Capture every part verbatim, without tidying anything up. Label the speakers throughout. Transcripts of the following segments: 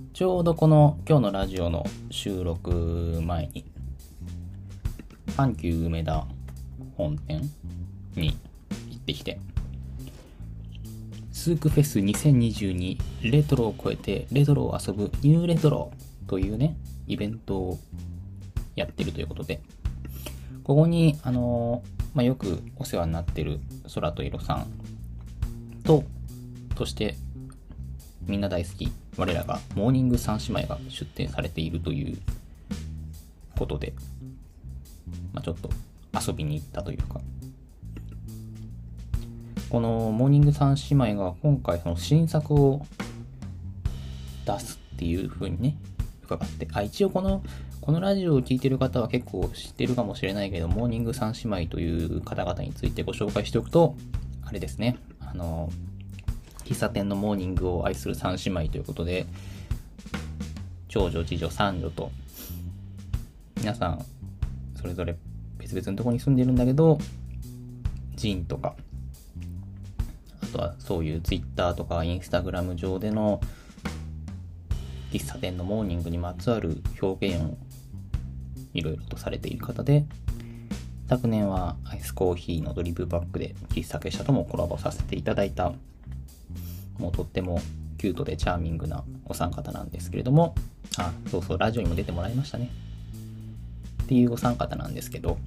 Speaker 1: ちょうどこの今日のラジオの収録前に阪急梅田本店に行ってきて、スークフェスにせんにじゅうにレトロを超えてレトロを遊ぶニューレトロというねイベントをやってるということで、ここにあのまあ、よくお世話になってる空と色さんとそしてみんな大好き我らがモーニング三姉妹が出展されているということで、まあ、ちょっと遊びに行ったというか、このモーニング三姉妹が今回その新作を出すっていう風にね伺って、あ一応このこのラジオを聞いてる方は結構知ってるかもしれないけど、モーニング三姉妹という方々についてご紹介しておくと、あれですね、あの喫茶店のモーニングを愛する三姉妹ということで、長女、次女、三女と皆さんそれぞれ別々のところに住んでるんだけど、ジンとかあとはそういうツイッターとかインスタグラム上での喫茶店のモーニングにまつわる表現をいろいろとされている方で、昨年はアイスコーヒーのドリップバッグで喫茶結社ともコラボさせていただいた、もうとってもキュートでチャーミングなお三方なんですけれども、あ、そうそうラジオにも出てもらいましたねっていうお三方なんですけど、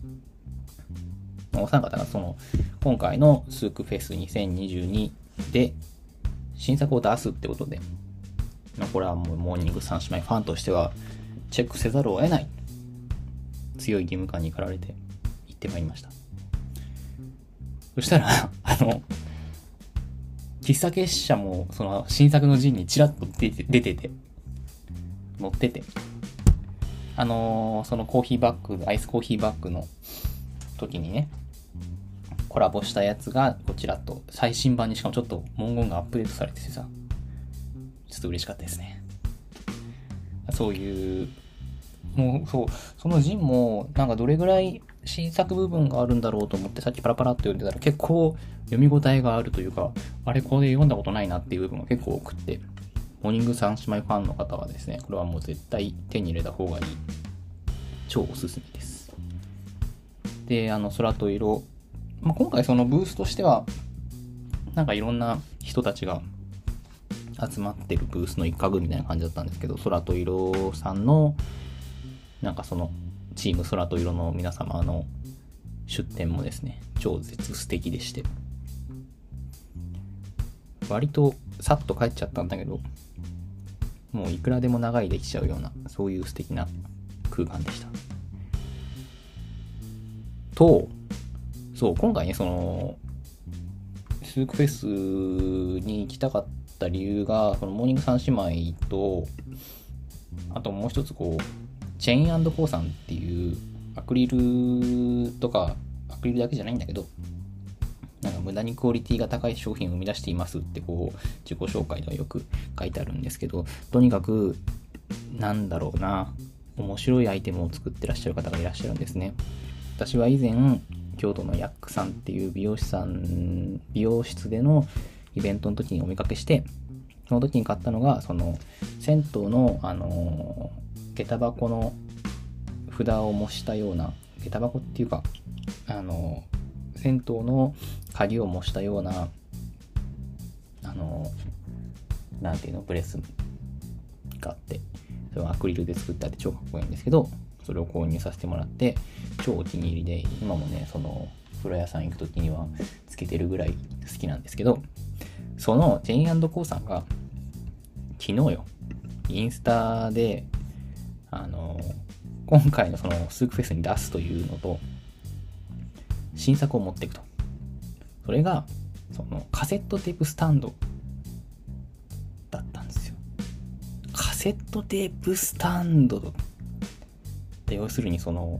Speaker 1: お三方がその今回のスークフェスにせんにじゅうにで新作を出すってことで、これはもうモーニング三姉妹ファンとしてはチェックせざるを得ない強い義務感に駆られて行ってまいりました。そしたらあの喫茶結社もその新作の陣にちらっと出て出てて乗ってて、あのー、そのコーヒーバッグアイスコーヒーバッグの時にねコラボしたやつがこちらっと最新版にしかもちょっと文言がアップデートされててさ、ちょっと嬉しかったですね。そういうもうそうその陣もなんかどれぐらい新作部分があるんだろうと思ってさっきパラパラって読んでたら結構読み応えがあるというか、あれこれ読んだことないなっていう部分が結構多くって、モーニング三姉妹ファンの方はですね、これはもう絶対手に入れた方がいい超おすすめです。で、あの空と色、まあ、今回そのブースとしてはなんかいろんな人たちが集まってるブースの一角みたいな感じだったんですけど、空と色さんのなんかそのチーム空と色の皆様の出展もですね超絶素敵でして、割とさっと帰っちゃったんだけど、もういくらでも長いできちゃうようなそういう素敵な空間でした。とそう今回ねそのスークフェスに行きたかった理由が、そのモーニング三姉妹とあともう一つこうチェイン&コーさんっていうアクリルとかアクリルだけじゃないんだけど、なんか無駄にクオリティが高い商品を生み出していますってこう自己紹介ではよく書いてあるんですけど、とにかくなんだろうな面白いアイテムを作ってらっしゃる方がいらっしゃるんですね。私は以前京都のヤックさんっていう美容師さん美容室でのイベントの時にお見かけして、その時に買ったのがその銭湯のあの下駄箱の札を模したような、下駄箱っていうかあの銭湯の鍵を模したようなあのなんていうのブレスがあって、それをアクリルで作ってあって超かっこいいんですけど、それを購入させてもらって超お気に入りで、今もねその風呂屋さん行くときにはつけてるぐらい好きなんですけど、そのジェイン&コーさんが昨日よインスタであの今回のそのスークフェスに出すというのと新作を持っていくと、それがそのカセットテープスタンドだったんですよ。カセットテープスタンドって要するにその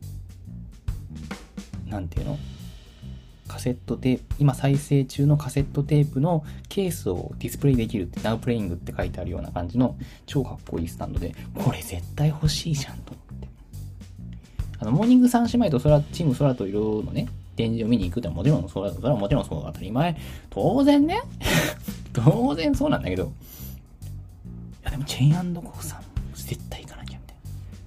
Speaker 1: なんていうのカセットテープ、今再生中のカセットテープのケースをディスプレイできるって Now Playing って書いてあるような感じの超かっこいいスタンドで、これ絶対欲しいじゃんと思って、あのモーニング三姉妹と空チーム空と色のね展示を見に行くってもちろんそれはもちろんそう当たり前当然ね当然そうなんだけど、いやでもチェイン&コーさん絶対行かなきゃみたい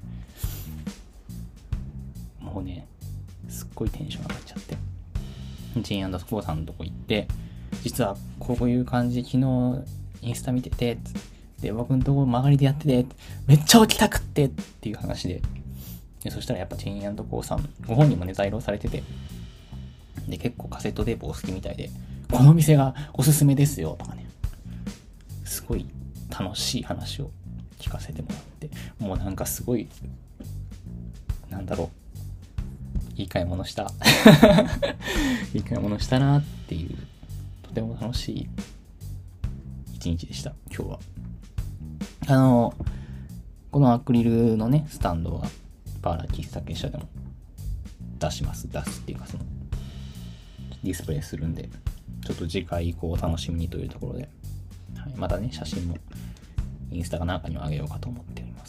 Speaker 1: な。もうね、すっごいテンション上がっちゃって。チェイン&コーさんのとこ行って、実はこういう感じで昨日インスタ見てて、で、僕のとこ曲がりでやってて、めっちゃ起きたくってっていう話で、でそしたらやっぱチェイン&コーさん、ご本人もね、在庫されてて、で、結構カセットテープお好きみたいで、この店がおすすめですよとかね、すごい楽しい話を聞かせてもらって、もうなんかすごい、なんだろう、いい買い物した。いい買い物したなっていう、とても楽しい一日でした、今日は。あの、このアクリルのね、スタンドは、パーラー喫茶結社でも出します。出すっていうか、その、ディスプレイするんで、ちょっと次回以降お楽しみにというところで、はい、またね、写真もインスタかなんかにもあげようかと思っております。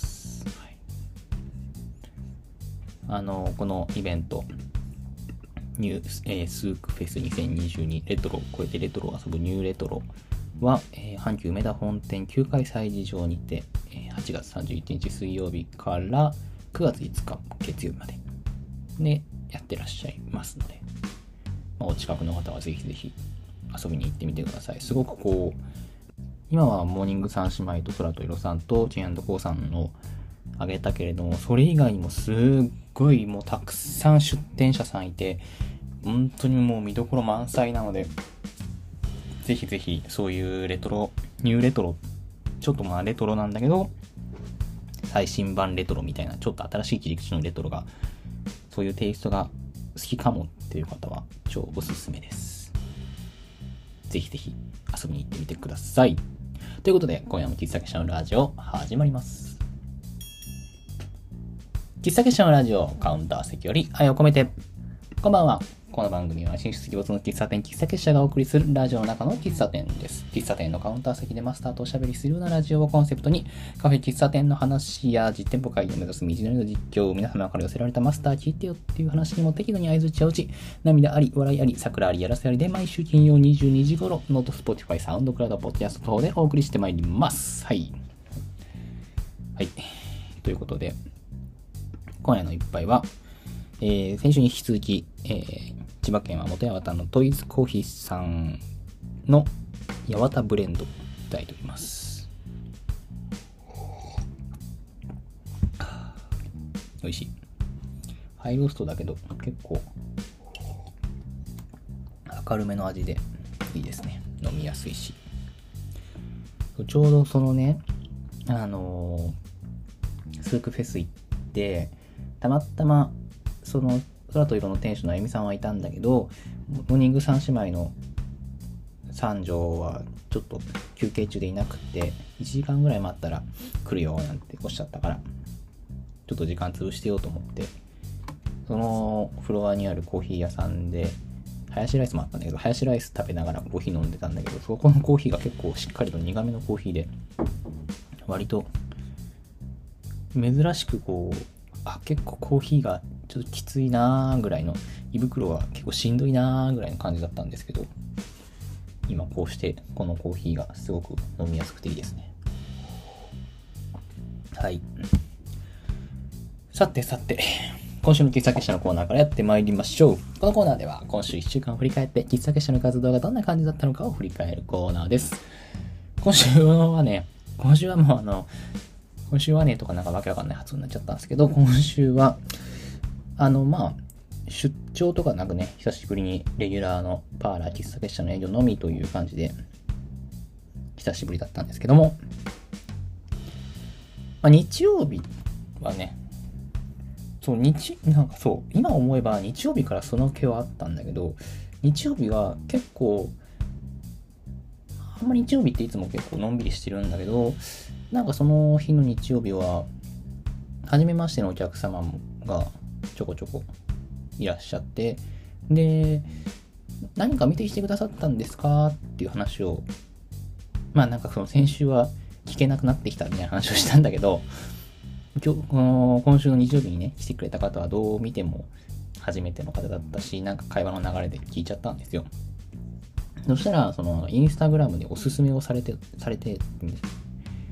Speaker 1: はい、あの、このイベント、ニュー、えー、スークフェスにせんにじゅうにレトロを超えてレトロを遊ぶニューレトロは、えー、阪急梅田本店きゅうかい催事場にて、えー、はちがつさんじゅういちにち水曜日からくがついつか月曜日まででやってらっしゃいますので、まあ、お近くの方はぜひぜひ遊びに行ってみてください。すごくこう、今はモーニング三姉妹と空と色さんとチェン&コーさんをあげたけれども、それ以外にもすっごいもうたくさん出店者さんいて、本当にもう見どころ満載なので、ぜひぜひそういうレトロ、ニューレトロ、ちょっとまあレトロなんだけど、最新版レトロみたいな、ちょっと新しい切り口のレトロが、そういうテイストが好きかもっていう方は超おすすめです。ぜひぜひ遊びに行ってみてください。ということで、今夜も喫茶結社のラジオ始まります。喫茶結社のラジオカウンター席より愛を込めて、こんばんは。この番組は進出鬼没の喫茶店喫茶結社がお送りするラジオの中の喫茶店です。喫茶店のカウンター席でマスターとおしゃべりするようなラジオをコンセプトに、カフェ喫茶店の話や実店舗会を目指す道のりの実況、皆様から寄せられたマスター聞いてよっていう話にも適度に相槌を打ち、涙あり、笑いあり、桜あり、やらせありで毎週金曜にじゅうにじ頃、ノート、スポティファイ、サウンドクラウド、ポッドキャスト等でお送りしてまいります。はい。はい。ということで、今夜の一杯は、えー、先週に引き続き、えー、千葉県は元八幡のトイズコーヒーさんの八幡ブレンドいただいております。美味しい。ハイローストだけど結構明るめの味でいいですね。飲みやすいし。ちょうどそのね、あのー、スークフェス行ってたまたまその空と色の店主のあゆみさんはいたんだけど、モーニング三姉妹の三女はちょっと休憩中でいなくて、いちじかんぐらい待ったら来るよなんておっしゃったから、ちょっと時間潰してようと思って、そのフロアにあるコーヒー屋さんでハヤシライスもあったんだけど、ハヤシライス食べながらコーヒー飲んでたんだけど、そこのコーヒーが結構しっかりと苦めのコーヒーで、割と珍しくこう、あ、結構コーヒーがちょっときついなーぐらいの、胃袋は結構しんどいなーぐらいの感じだったんですけど、今こうしてこのコーヒーがすごく飲みやすくていいですね。はい。さてさて、今週の喫茶結社のコーナーからやってまいりましょう。このコーナーでは今週いっしゅうかんを振り返って喫茶結社の活動がどんな感じだったのかを振り返るコーナーです。今週はね、今週はもうあの、今週はねとかなんかわけわかんない発音になっちゃったんですけど、今週はあのまあ出張とかなくね、久しぶりにレギュラーのパーラー喫茶結社の営業のみという感じで久しぶりだったんですけども、まあ、日曜日はね、そう日なんかそう今思えば日曜日からその気はあったんだけど、日曜日は結構あんまり日曜日っていつも結構のんびりしてるんだけど、なんかその日の日曜日は初めましてのお客様がちょこちょこいらっしゃって、で何か見てきてくださったんですかっていう話を、まあなんかその先週は聞けなくなってきたみたいな話をしたんだけど、今日この今週の日曜日にね来てくれた方はどう見ても初めての方だったし、なんか会話の流れで聞いちゃったんですよ。そしたらそのインスタグラムでおすすめをされてされて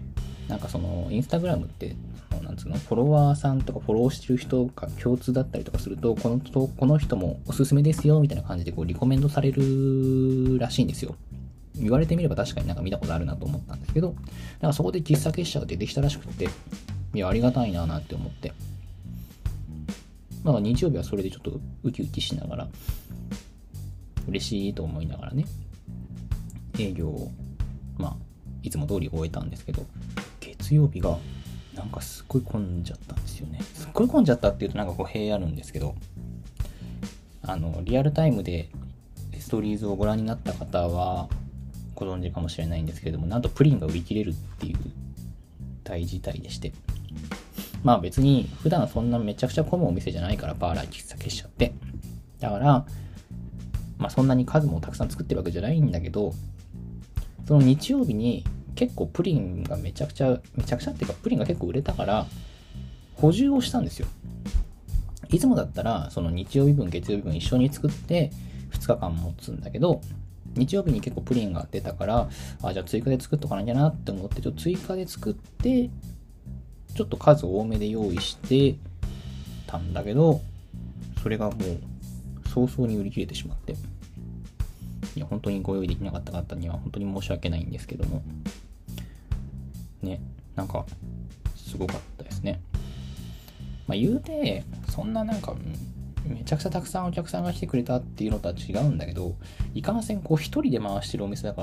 Speaker 1: なんかそのインスタグラムってなんつうのフォロワーさんとかフォローしてる人が共通だったりとかすると、このとこの人もおすすめですよみたいな感じでこうリコメンドされるらしいんですよ。言われてみれば確かになんか見たことあるなと思ったんですけど、なんかそこで喫茶結社が出てきたらしくて、いやありがたいななんて思って、まあ日曜日はそれでちょっとウキウキしながら嬉しいと思いながらね、営業をまあいつも通り終えたんですけど、月曜日がなんかすっごい混んじゃったんですよね。すっごい混んじゃったっていうとなんか語弊あるんですけど、あのリアルタイムでストーリーズをご覧になった方はご存知かもしれないんですけれども、なんとプリンが売り切れるっていう大事態でして、まあ別に普段そんなめちゃくちゃ混むお店じゃないから、パーラー喫茶結社ってだから、まあそんなに数もたくさん作ってるわけじゃないんだけど、その日曜日に結構プリンがめちゃくちゃめちゃくちゃっていうかプリンが結構売れたから補充をしたんですよ。いつもだったらその日曜日分月曜日分一緒に作ってふつかかん持つんだけど、日曜日に結構プリンが出たから、あ、じゃあ追加で作っとかなきゃなって思って、ちょっと追加で作ってちょっと数多めで用意してたんだけど、それがもう早々に売り切れてしまって、いや本当にご用意できなかった方には本当に申し訳ないんですけどもね、なんかすごかったですね。まあ言うてそんななんかめちゃくちゃたくさんお客さんが来てくれたっていうのとは違うんだけど、いかんせんこう一人で回してるお店だから、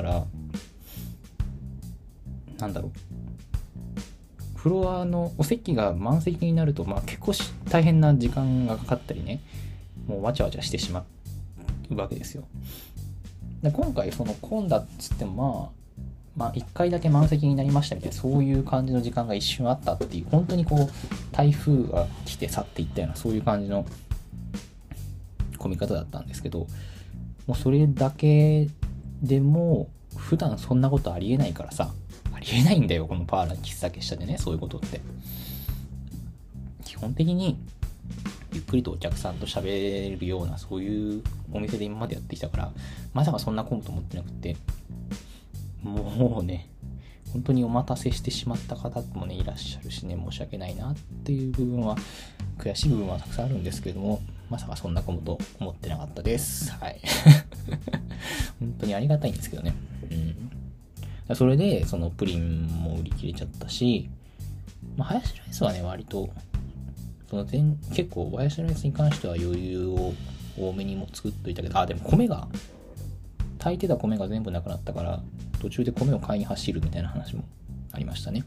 Speaker 1: なんだろう、フロアのお席が満席になると、まあ結構大変な時間がかかったりね、もうわちゃわちゃしてしまうわけですよ。で今回その混んだっつってもまあまあいっかいだけ満席になりましたみたいな、そういう感じの時間が一瞬あったっていう、本当にこう台風が来て去っていったようなそういう感じの混み方だったんですけど、もうそれだけでも普段そんなことありえないからさ、ありえないんだよこのパーラー喫茶結社でね、そういうことって基本的にゆっくりとお客さんと喋るようなそういうお店で今までやってきたから、まさかそんな混むと思ってなくて、もうね本当にお待たせしてしまった方もねいらっしゃるしね、申し訳ないなっていう部分は、悔しい部分はたくさんあるんですけれども、まさかそんな混むと思ってなかったです。はい本当にありがたいんですけどね。うん、それでそのプリンも売り切れちゃったし、まあ、ハヤシライスはね割とその全結構ハヤシライスに関しては余裕を多めにも作っといたけど、あでも米が炊いてた米が全部なくなったから途中で米を買いに走るみたいな話もありましたね。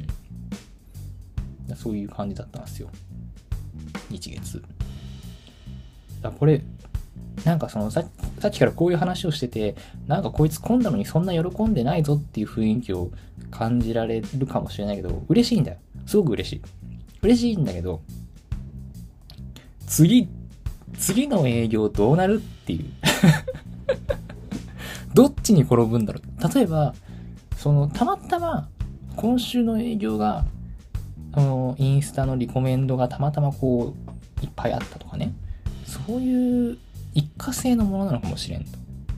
Speaker 1: うん、そういう感じだったんですよ、日月。だこれなんかそのささっきからこういう話をしてて、なんかこいつ混んだのにそんな喜んでないぞっていう雰囲気を感じられるかもしれないけど、嬉しいんだよ、すごく嬉しい嬉しいんだけど、次次の営業どうなるっていうどっちに転ぶんだろう。例えばそのたまたま今週の営業があのインスタのリコメンドがたまたまこういっぱいあったとかね、そういう一過性のものなのかもしれんと。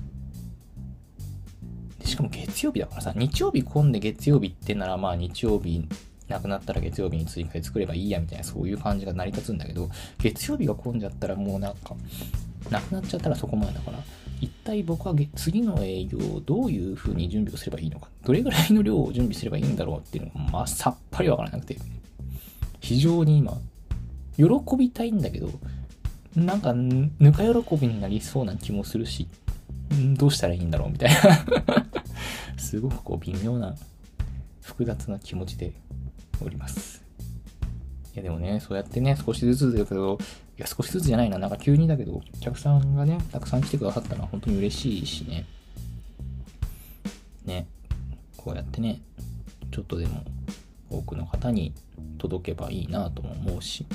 Speaker 1: でしかも月曜日だからさ、日曜日混んで月曜日ってならまあ日曜日なくなったら月曜日に追加で作ればいいやみたいな、そういう感じが成り立つんだけど、月曜日が混んじゃったらもうなんかなくなっちゃったらそこまでだから、一体僕は次の営業をどういう風に準備をすればいいのか、どれぐらいの量を準備すればいいんだろうっていうのがまあさっぱりわからなくて、非常に今喜びたいんだけど、なんかぬか喜びになりそうな気もするし、どうしたらいいんだろうみたいなすごくこう微妙な複雑な気持ちでおります。いやでもね、そうやってね少しずつだけど、いや少しずつじゃないな、なんか急にだけどお客さんがねたくさん来てくださったのは本当に嬉しいしね。ね、こうやってねちょっとでも多くの方に届けばいいなとも思うし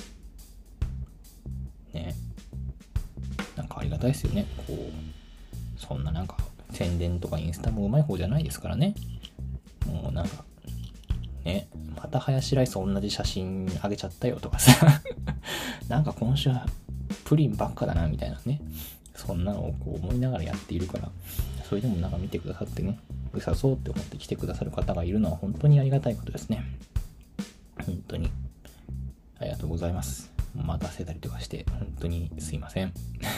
Speaker 1: ね、なんかありがたいですよね。こうそんななんか宣伝とかインスタもうまい方じゃないですからね。もうなんかね、またハヤシライス同じ写真あげちゃったよとかさなんか今週はプリンばっかだなみたいなね、そんなのをこう思いながらやっているから、それでもなんか見てくださってね、良さそうって思って来てくださる方がいるのは本当にありがたいことですね。 本当にありがとうございます。待たせたりとかして本当にすいません。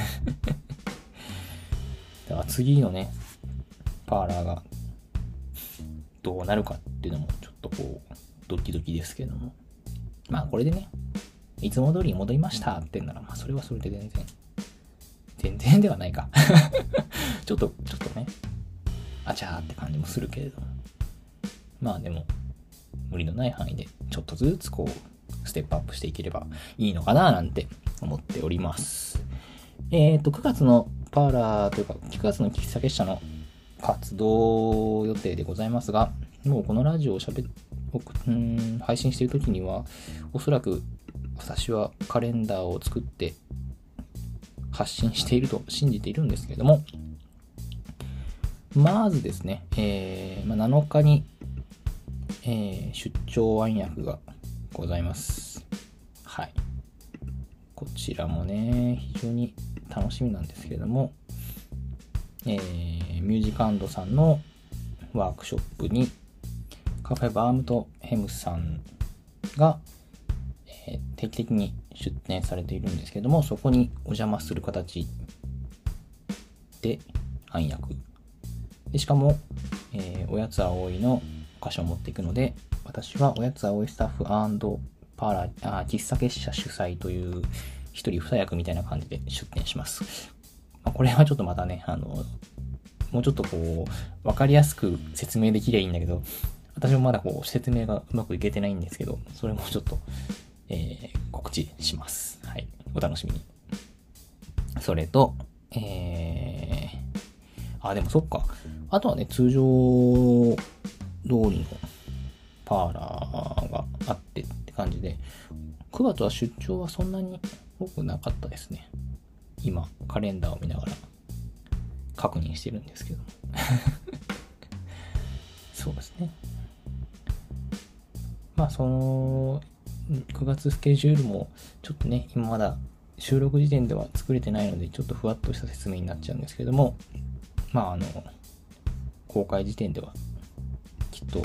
Speaker 1: だから次のねパーラーがどうなるかっていうのもちょっとこうドキドキですけども、まあこれでねいつも通りに戻りましたってんなら、まあそれはそれで全然全然ではないかちょっとちょっとねあちゃーって感じもするけれども、まあでも無理のない範囲でちょっとずつこうステップアップしていければいいのかななんて思っております。えっとくがつのパーラーというかくがつの喫茶結社の活動予定でございますが、もうこのラジオをしゃべっうん配信している時にはおそらく私はカレンダーを作って発信していると信じているんですけれども、まずですね、えーまあ、なのかに、えー、出張暗躍がございます。はい。こちらもね、非常に楽しみなんですけれども、えー、ミュージカンドさんのワークショップにカフェバームとヘムさんが、えー、定期的に出展されているんですけれども、そこにお邪魔する形で暗躍で、しかも、えー、おやつ青いのお菓子を持っていくので、私はおやつ青いスタッフ&パーラーあー喫茶結社主催という一人二役みたいな感じで出展します。まあ、これはちょっとまたね、あのもうちょっとこう分かりやすく説明できればいいんだけど、私もまだこう説明がうまくいけてないんですけど、それもちょっと、えー、告知します。はい、お楽しみに。それと、えー、あ、でもそっか。あとはね、通常通りのパーラーがあってって感じで、くがつは出張はそんなに多くなかったですね。今、カレンダーを見ながら確認してるんですけど。そうですね。まあ、その、くがつスケジュールもちょっとね、今まだ収録時点では作れてないので、ちょっとふわっとした説明になっちゃうんですけども、まあ、あの、公開時点ではきっと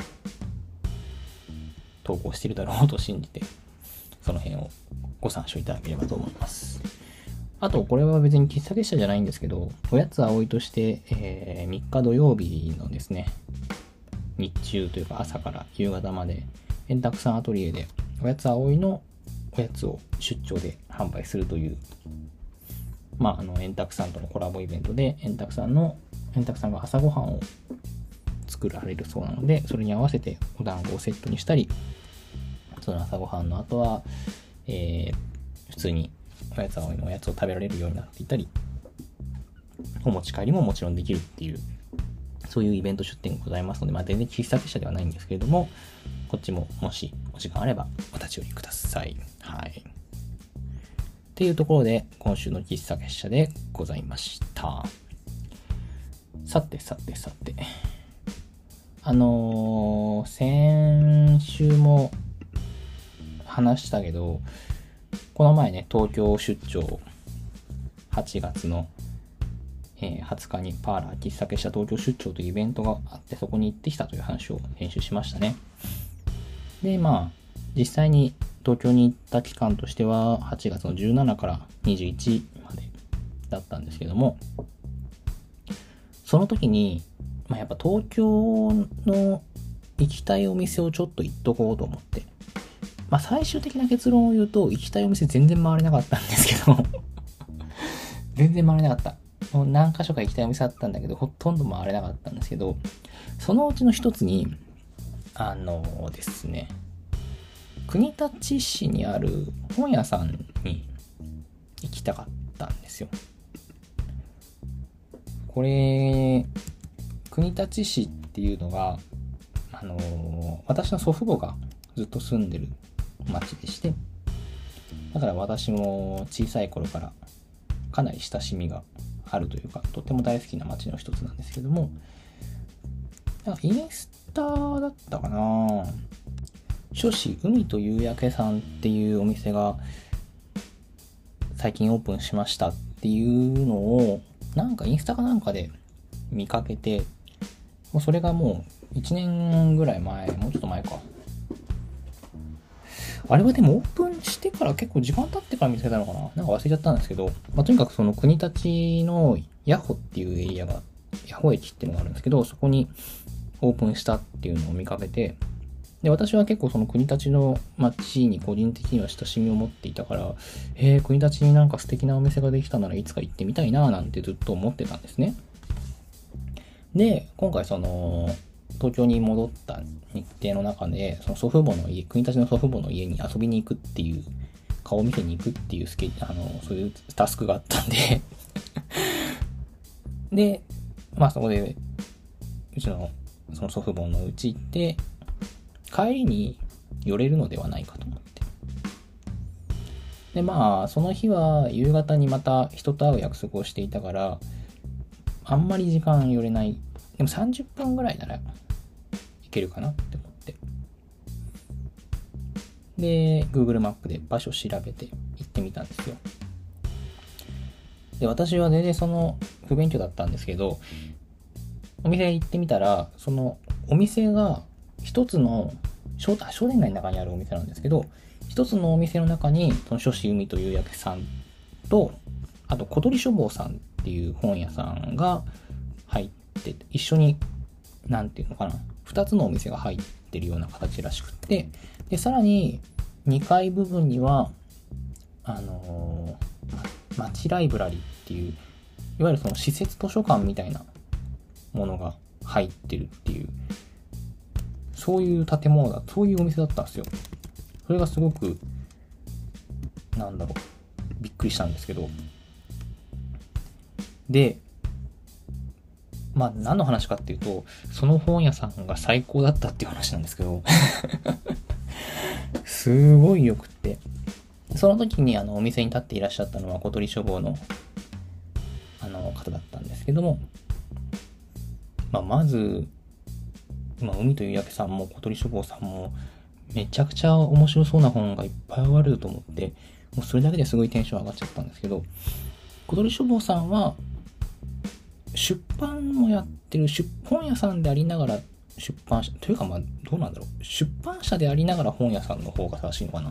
Speaker 1: 投稿してるだろうと信じて、その辺をご参照いただければと思います。あと、これは別に喫茶結社じゃないんですけど、おやつ葵として、えー、みっか土曜日のですね、日中というか朝から夕方まで、円卓さんアトリエでおやつ葵のおやつを出張で販売するという、まあ、あの、円卓さんとのコラボイベントで、円卓さんの、円卓さんが朝ごはんを作られるそうなので、それに合わせてお団子をセットにしたり、その朝ごはんの後は、えー、普通におやつ葵のおやつを食べられるようになっていたり、お持ち帰りももちろんできるっていう、そういうイベント出店がございますので、まあ、全然喫茶結社ではないんですけれども、こっちももしお時間あればお立ち寄りください。はい。っていうところで、今週の喫茶結社でございました。さてさてさて。あのー、先週も話したけど、この前ね、東京出張、はちがつのはつかにパーラー喫茶結社東京出張というイベントがあって、そこに行ってきたという話を編集しましたね。で、まあ、実際に東京に行った期間としては、はちがつのじゅうしちからにじゅういちまでだったんですけども、その時に、まあ、やっぱ東京の行きたいお店をちょっと行っとこうと思って、まあ、最終的な結論を言うと、行きたいお店全然回れなかったんですけど、全然回れなかった。もう何箇所か行きたいお店あったんだけど、ほとんど回れなかったんですけど、そのうちの一つに、あのですね、国立市にある本屋さんに行きたかったんですよ。これ、国立市っていうのが、あの私の祖父母がずっと住んでる町でして、だから私も小さい頃からかなり親しみがあるというか、とっても大好きな町の一つなんですけども、インスタだったかな、書士海と夕焼けさんっていうお店が最近オープンしましたっていうのをなんかインスタかなんかで見かけて、もうそれがもういちねんぐらい前、もうちょっと前かあれはでもオープンしてから結構時間経ってから見つけたのかな、なんか忘れちゃったんですけど、まあ、とにかくその国立のヤホっていうエリアが、ヤホ駅っていうのがあるんですけど、そこにオープンしたっていうのを見かけて、で、私は結構その国立の街に個人的には親しみを持っていたから、えー、国立になんか素敵なお店ができたならいつか行ってみたいななんてずっと思ってたんですね。で、今回その、東京に戻った日程の中で、その祖父母の家、国立の祖父母の家に遊びに行くっていう、顔を見せに行くっていうスケあの、そういうタスクがあったんでで、まあそこで、うちの、その祖父母の家行って、帰りに寄れるのではないかと思って。で、まあ、その日は夕方にまた人と会う約束をしていたから、あんまり時間寄れない。でもさんじゅっぷんぐらいならいけるかなって思って。で、Google マップで場所調べて行ってみたんですよ。で、私は全然その不勉強だったんですけど、お店行ってみたら、そのお店が一つの商商店街の中にあるお店なんですけど、一つのお店の中に、その書士海というやけさんと、あと小鳥書房さんっていう本屋さんが入ってて、一緒に、なんていうのかな、二つのお店が入ってるような形らしくって、で、さらににかい部分には、あのー、町ライブラリーっていう、いわゆるその施設図書館みたいなものが入ってるっていう、そういう建物だ、そういうお店だったんですよ。それがすごく、なんだろう、びっくりしたんですけど。で、まあ何の話かっていうと、その本屋さんが最高だったっていう話なんですけど、すごいよくって。その時にあのお店に立っていらっしゃったのは小鳥書房のあの方だったんですけども、まあ、まず、まあ、海というやけさんも小鳥書房さんもめちゃくちゃ面白そうな本がいっぱいあると思って、もうそれだけですごいテンション上がっちゃったんですけど、小鳥書房さんは出版もやってる、出本屋さんでありながら出版社というか、まあどうなんだろう、出版社でありながら本屋さんの方が正しいのかな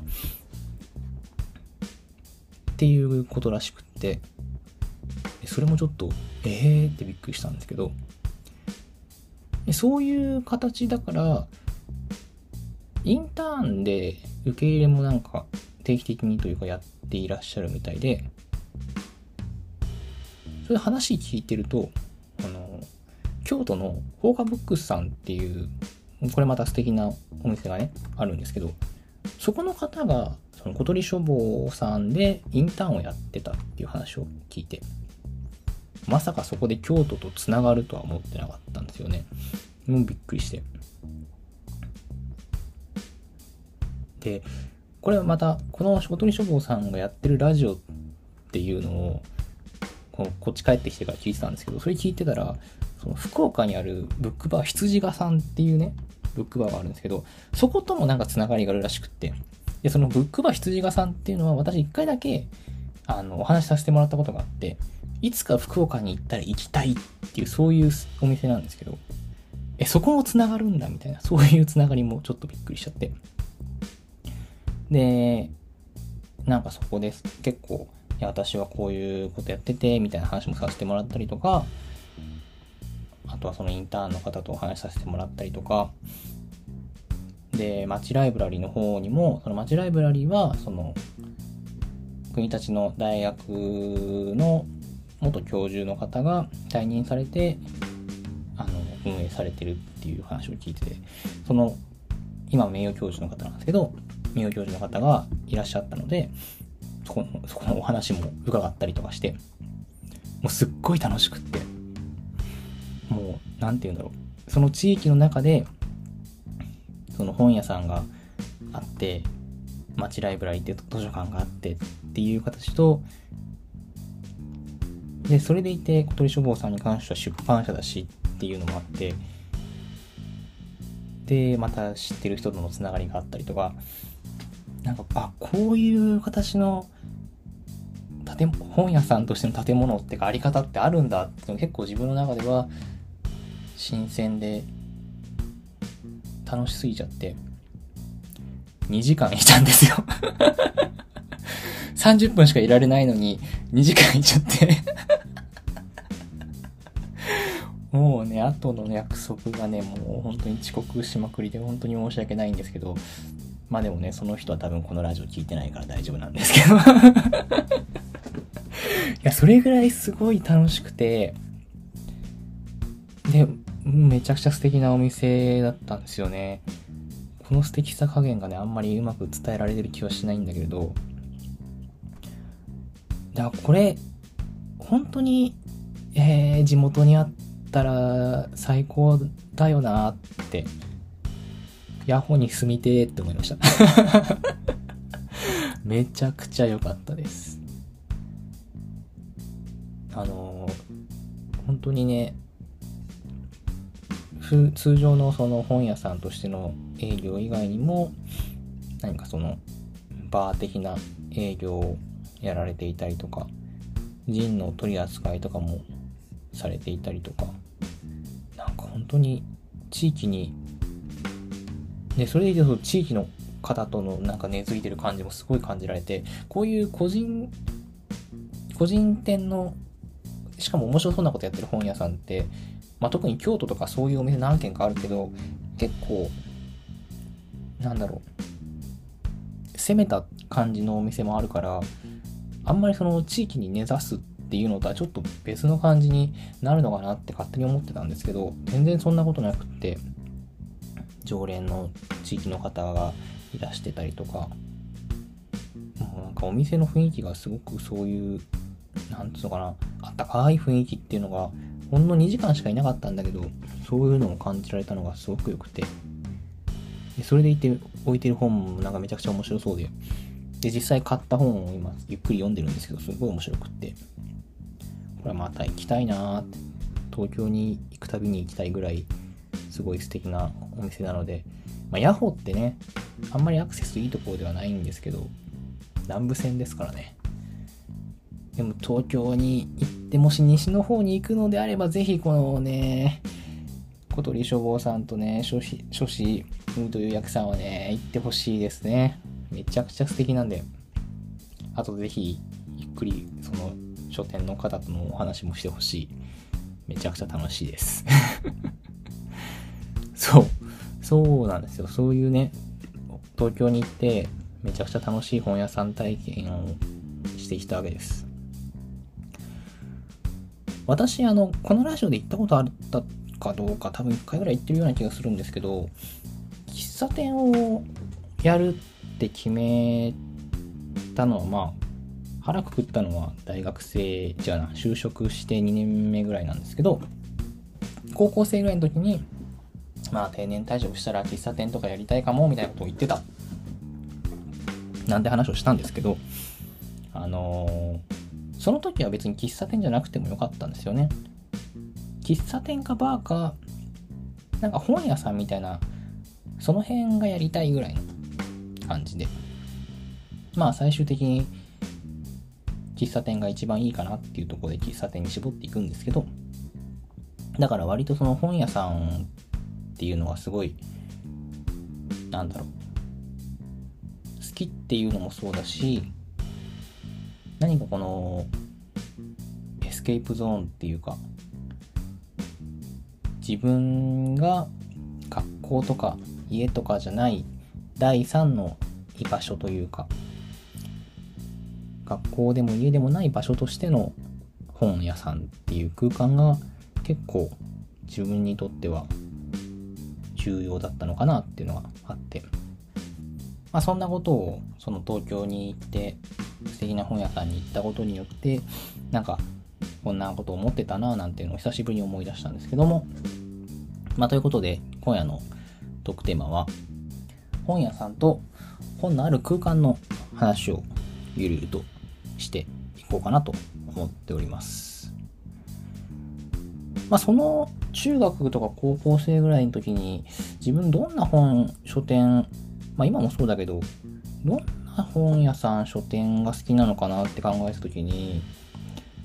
Speaker 1: っていうことらしくって、それもちょっとえーってびっくりしたんですけど、そういう形だからインターンで受け入れもなんか定期的にというかやっていらっしゃるみたいで、それで話聞いてると、あの京都のフォーカブックスさんっていうこれまた素敵なお店がねあるんですけど、そこの方がその小鳥書房さんでインターンをやってたっていう話を聞いて、まさかそこで京都とつながるとは思ってなかったんですよね。もうびっくりして。で、これはまたこの小鳥書房さんがやってるラジオっていうのをここっち帰ってきてから聞いてたんですけど、それ聞いてたら、その福岡にあるブックバー羊ヶさんっていうねブックバーがあるんですけど、そこともなんかつながりがあるらしくって、でそのブックバー羊ヶさんっていうのは私一回だけあのお話しさせてもらったことがあって、いつか福岡に行ったら行きたいっていうそういうお店なんですけど、えそこもつながるんだみたいな、そういうつながりもちょっとびっくりしちゃって、でなんかそこです結構いや私はこういうことやっててみたいな話もさせてもらったりとか、あとはそのインターンの方とお話しさせてもらったりとかで、町ライブラリーの方にも、その町ライブラリーはその国立の大学の元教授の方が退任されてあの運営されてるっていう話を聞いてて、その今名誉教授の方なんですけど、名誉教授の方がいらっしゃったので、そこの、そこのお話も伺ったりとかして、もうすっごい楽しくって、もうなんて言うんだろう、その地域の中でその本屋さんがあって町ライブラリーって図書館があってっていう形と、でそれでいて小鳥書房さんに関しては出版社だしっていうのもあって、でまた知ってる人とのつながりがあったりとか、なんかあこういう形の建本屋さんとしての建物ってかあり方ってあるんだって結構自分の中では新鮮で楽しすぎちゃって、 にじかんいたんですよ。さんじゅっぷんしかいられないのににじかんいちゃって。もうね、後の約束がね、もう本当に遅刻しまくりで本当に申し訳ないんですけど、まあでもね、その人は多分このラジオ聞いてないから大丈夫なんですけど。いや、それぐらいすごい楽しくて、で、めちゃくちゃ素敵なお店だったんですよね。この素敵さ加減がね、あんまりうまく伝えられてる気はしないんだけれど、だからこれ、本当に、えー、地元にあったら最高だよなって、ヤホーに住みてーって思いました。めちゃくちゃ良かったです。あのー、本当にね、通常のその本屋さんとしての営業以外にも、何かそのバー的な営業をやられていたりとか、ジンの取り扱いとかもされていたりとか、なんか本当に地域に、でそれで言うと地域の方とのなんか根付いてる感じもすごい感じられて、こういう個人個人店の、しかも面白そうなことやってる本屋さんって、まあ、特に京都とかそういうお店何軒かあるけど、結構なんだろう、攻めた感じのお店もあるから、あんまりその地域に根ざすっていうのとはちょっと別の感じになるのかなって勝手に思ってたんですけど、全然そんなことなくって、常連の地域の方がいらしてたりとか、もうなんかお店の雰囲気がすごくそういう、なんつうのかな、あったかい雰囲気っていうのがほんのにじかんしかいなかったんだけど、そういうのを感じられたのがすごく良くて、でそれでいて置いてる本もなんかめちゃくちゃ面白そうで、で実際買った本を今ゆっくり読んでるんですけど、すごい面白くって、これはまた行きたいなーって、東京に行くたびに行きたいぐらいすごい素敵なお店なので、まあ、ヤホーってね、あんまりアクセスいいところではないんですけど、南部線ですからね。でも東京に行って、もし西の方に行くのであれば、ぜひこのね、小鳥書房さんとね、書士、書士という役さんはね、行ってほしいですね。めちゃくちゃ素敵なんで、あとぜひゆっくりその書店の方とのお話もしてほしい。めちゃくちゃ楽しいです。そう、そうなんですよ。そういうね、東京に行ってめちゃくちゃ楽しい本屋さん体験をしてきたわけです。私、あの、このラジオで行ったことあったかどうか、多分いっかいぐらい行ってるような気がするんですけど、喫茶店をやるって決めたのは、まあ、腹くくったのは大学生じゃな、就職してにねんめぐらいなんですけど、高校生ぐらいの時に、まあ定年退職したら喫茶店とかやりたいかもみたいなことを言ってたなんて話をしたんですけど、あのー、その時は別に喫茶店じゃなくてもよかったんですよね。喫茶店かバーか、なんか本屋さんみたいな、その辺がやりたいぐらいの感じで、まあ最終的に喫茶店が一番いいかなっていうところで喫茶店に絞っていくんですけど、だから割とその本屋さんっていうのはすごい、なんだろう、好きっていうのもそうだし、何かこのエスケープゾーンっていうか、自分が学校とか家とかじゃない第三の居場所というか、学校でも家でもない場所としての本屋さんっていう空間が結構自分にとっては重要だったのかなっていうのがあって、まあそんなことをその東京に行って素敵な本屋さんに行ったことによって、なんかこんなことを思ってたななんていうのを久しぶりに思い出したんですけども、まあということで今夜のトークテーマは本屋さんと本のある空間の話をゆるゆるとしていこうかなと思っております。まあその中学とか高校生ぐらいの時に自分どんな本書店、まあ今もそうだけど、どんな本屋さん書店が好きなのかなって考えた時に、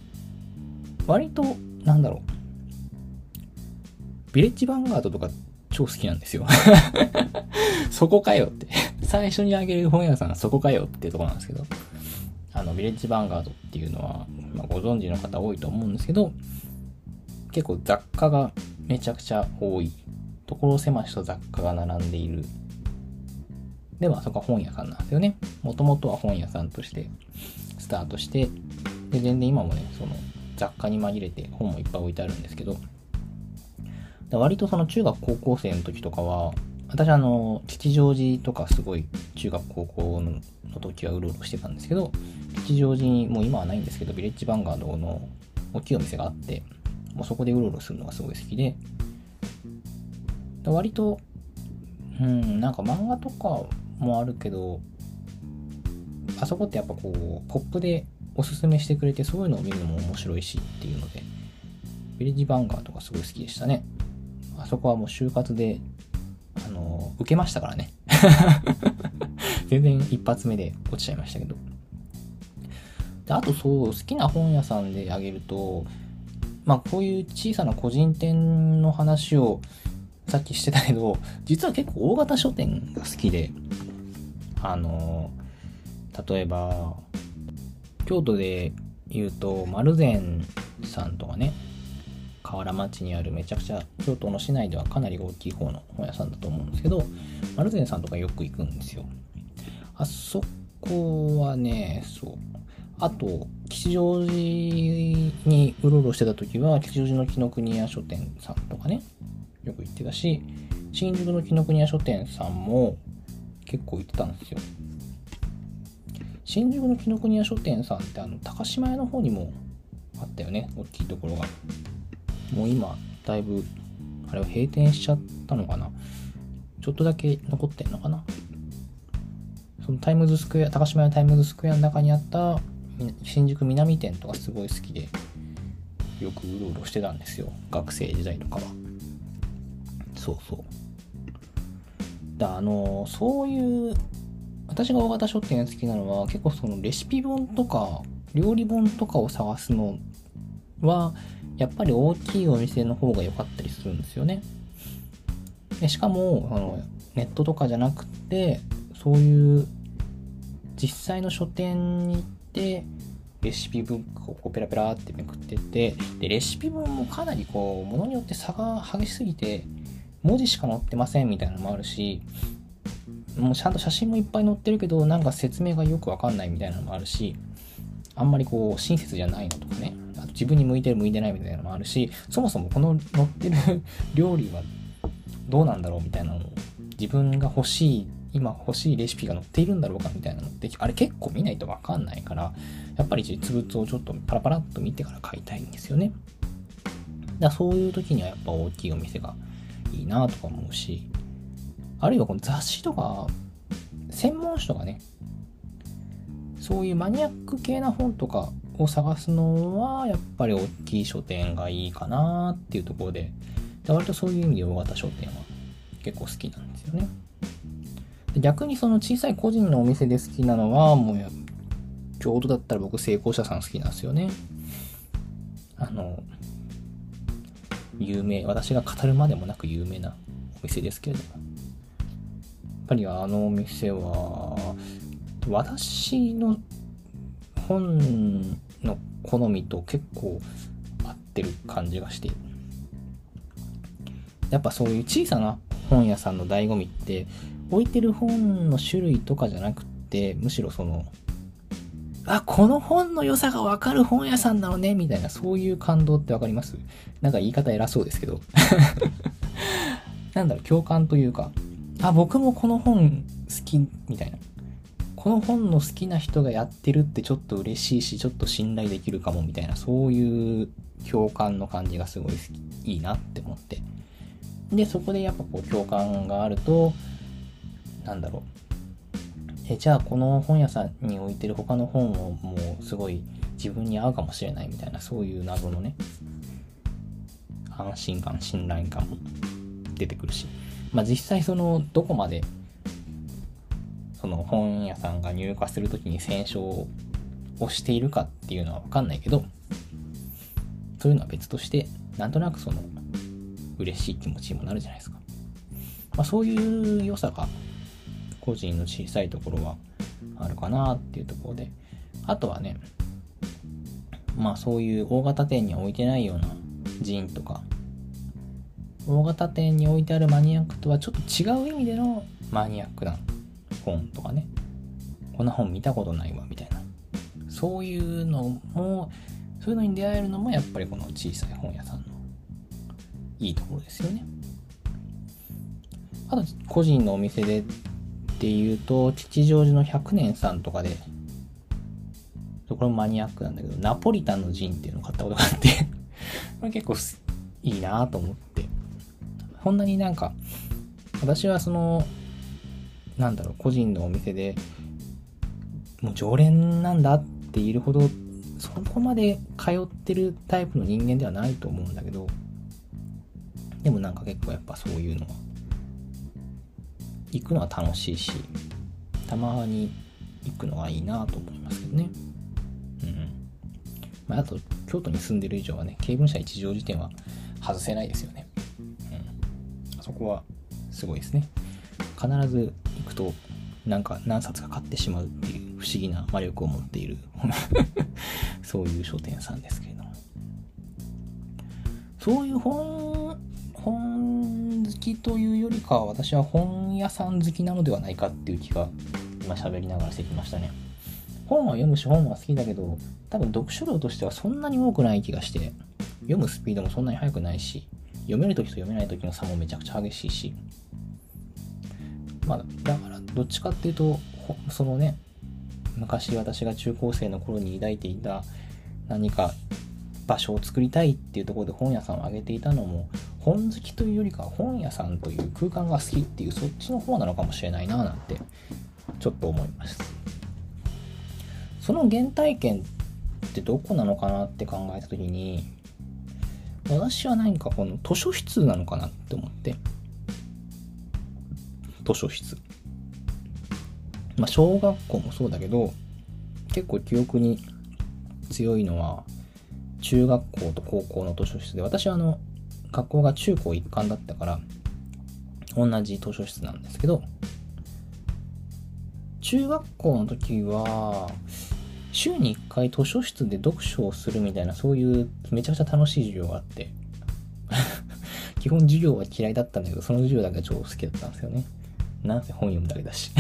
Speaker 1: 割となんだろう、ヴィレッジヴァンガードとか超好きなんですよ。そこかよって。最初にあげる本屋さんはそこかよっていうところなんですけど、あの、ヴィレッジヴァンガードっていうのは、まあ、ご存知の方多いと思うんですけど、結構雑貨がめちゃくちゃ多い。所狭しと雑貨が並んでいる。でもあそこは本屋さんなんですよね。もともとは本屋さんとしてスタートして、で、全然今もね、その雑貨に紛れて本もいっぱい置いてあるんですけど、割とその中学高校生の時とかは、私あの、吉祥寺とかすごい中学高校の時はうろうろしてたんですけど、吉祥寺にもう今はないんですけど、ヴィレッジヴァンガードの大きいお店があって、もうそこでうろうろするのがすごい好きで、割と、うん、なんか漫画とかもあるけど、あそこってやっぱこう、ポップでおすすめしてくれて、そういうのを見るのも面白いしっていうので、ヴィレッジヴァンガードがすごい好きでしたね。あそこはもう就活で、あの、受けましたからね。全然一発目で落ちちゃいましたけど。で、あとそう、好きな本屋さんであげると、まあこういう小さな個人店の話をさっきしてたけど、実は結構大型書店が好きで、あの、例えば、京都で言うと、丸善さんとかね、河原町にあるめちゃくちゃ京都の市内ではかなり大きい方の本屋さんだと思うんですけど、丸善さんとかよく行くんですよ。あそこはね、そう。あと、吉祥寺にうろうろしてた時は、吉祥寺の紀ノ国屋書店さんとかね、よく行ってたし、新宿の紀ノ国屋書店さんも結構行ってたんですよ。新宿の紀ノ国屋書店さんってあの高島屋の方にもあったよね、大きいところが。もう今だいぶあれは閉店しちゃったのかな、ちょっとだけ残ってんのかな。そのタイムズスクエア、高島屋タイムズスクエアの中にあった新宿南店とかすごい好きで、よくうろうろしてたんですよ、学生時代とかは。そうそう。だあのそういう私が大型書店好きなのは、結構そのレシピ本とか料理本とかを探すのはやっぱり大きいお店の方が良かったりするんですよね。でしかもあのネットとかじゃなくて、そういう実際の書店に行ってレシピブックをこうペラペラってめくってって、でレシピ本もかなりこうものによって差が激しすぎて、文字しか載ってませんみたいなのもあるし、もうちゃんと写真もいっぱい載ってるけどなんか説明がよくわかんないみたいなのもあるし、あんまりこう親切じゃないのとかね、あと自分に向いてる向いてないみたいなのもあるし、そもそもこの載ってる料理はどうなんだろうみたいなのを、自分が欲しい今欲しいレシピが載っているんだろうかみたいなのって、あれ結構見ないとわかんないから、やっぱり実物をちょっとパラパラっと見てから買いたいんですよね。だからそういう時にはやっぱ大きいお店がいいなとか思うし、あるいはこの雑誌とか専門書とかね、そういうマニアック系な本とかを探すのはやっぱり大きい書店がいいかなっていうところで、割とそういう意味で大型書店は結構好きなんですよね。で逆にその小さい個人のお店で好きなのは、もうや京都だったら僕成功者さん好きなんですよね。あの有名、私が語るまでもなく有名なお店ですけれども、やっぱりあのお店は私の本の好みと結構合ってる感じがして、やっぱそういう小さな本屋さんの醍醐味って置いてる本の種類とかじゃなくって、むしろそのあ、この本の良さが分かる本屋さんなのねみたいな、そういう感動って分かります？なんか言い方偉そうですけどなんだろう、共感というか、あ、僕もこの本好きみたいな、この本の好きな人がやってるってちょっと嬉しいし、ちょっと信頼できるかもみたいな、そういう共感の感じがすごい好き、いいなって思って、でそこでやっぱこう共感があると、なんだろう、えじゃあこの本屋さんに置いてる他の本をもうすごい自分に合うかもしれないみたいな、そういう謎のね、安心感信頼感も出てくるし、まあ実際そのどこまでその本屋さんが入荷するときに選書をしているかっていうのは分かんないけど、そういうのは別として、なんとなくその嬉しい気持ちにもなるじゃないですか。 まあ、そういう良さが個人の小さいところはあるかなっていうところで、あとはね、まあそういう大型店には置いてないようなジンとか、大型店に置いてあるマニアックとはちょっと違う意味でのマニアックな本とかね、こんな本見たことないわみたいな、そういうのも、そういうのに出会えるのもやっぱりこの小さい本屋さんのいいところですよね。あと個人のお店でっていうと、吉祥寺のひゃくねんさんとかで、これもマニアックなんだけど、ナポリタンのジンっていうのを買ったことがあってこれ結構いいなと思って、こんなになんか私はそのなんだろう、個人のお店でもう常連なんだって言えるほどそこまで通ってるタイプの人間ではないと思うんだけど、でもなんか結構やっぱそういうのは行くのは楽しいし、たまに行くのがいいなと思いますけどね。うん。まあ、あと京都に住んでる以上はね、経文社一条寺店は外せないですよね。うん。そこはすごいですね。必ず行くとなんか何冊か買ってしまうっていう不思議な魔力を持っているそういう書店さんですけれども、そういう本本好きというよりかは、私は本屋さん好きなのではないかっていう気が今喋りながらしてきましたね。本は読むし本は好きだけど、多分読書量としてはそんなに多くない気がして、読むスピードもそんなに速くないし、読める時と読めない時の差もめちゃくちゃ激しいし、まあだからどっちかっていうと、そのね、昔私が中高生の頃に抱いていた何か場所を作りたいっていうところで本屋さんを挙げていたのも、本好きというよりかは本屋さんという空間が好きっていうそっちの方なのかもしれないななんてちょっと思います。その原体験ってどこなのかなって考えたときに、私は何かこの図書室なのかなって思って、図書室、まあ小学校もそうだけど、結構記憶に強いのは中学校と高校の図書室で、私はあの学校が中高一貫だったから同じ図書室なんですけど、中学校の時は週にいっかい図書室で読書をするみたいな、そういうめちゃくちゃ楽しい授業があって基本授業は嫌いだったんだけど、その授業だけは超好きだったんですよね。なんせ本読むだけだし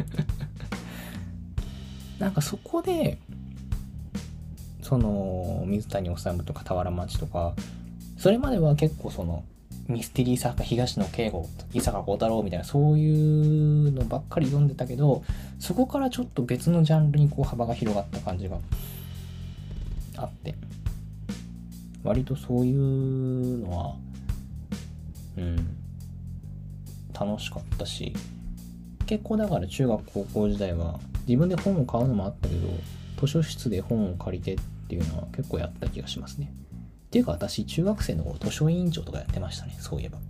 Speaker 1: なんかそこでその水谷治とか俵町とか、それまでは結構そのミステリー作家東野圭吾、伊坂幸太郎みたいなそういうのばっかり読んでたけど、そこからちょっと別のジャンルにこう幅が広がった感じがあって、割とそういうのはうん楽しかったし、結構だから中学高校時代は自分で本を買うのもあったけど、図書室で本を借りてっていうのは結構やった気がしますね。っていうか私中学生の頃図書委員長とかやってましたね、そういえ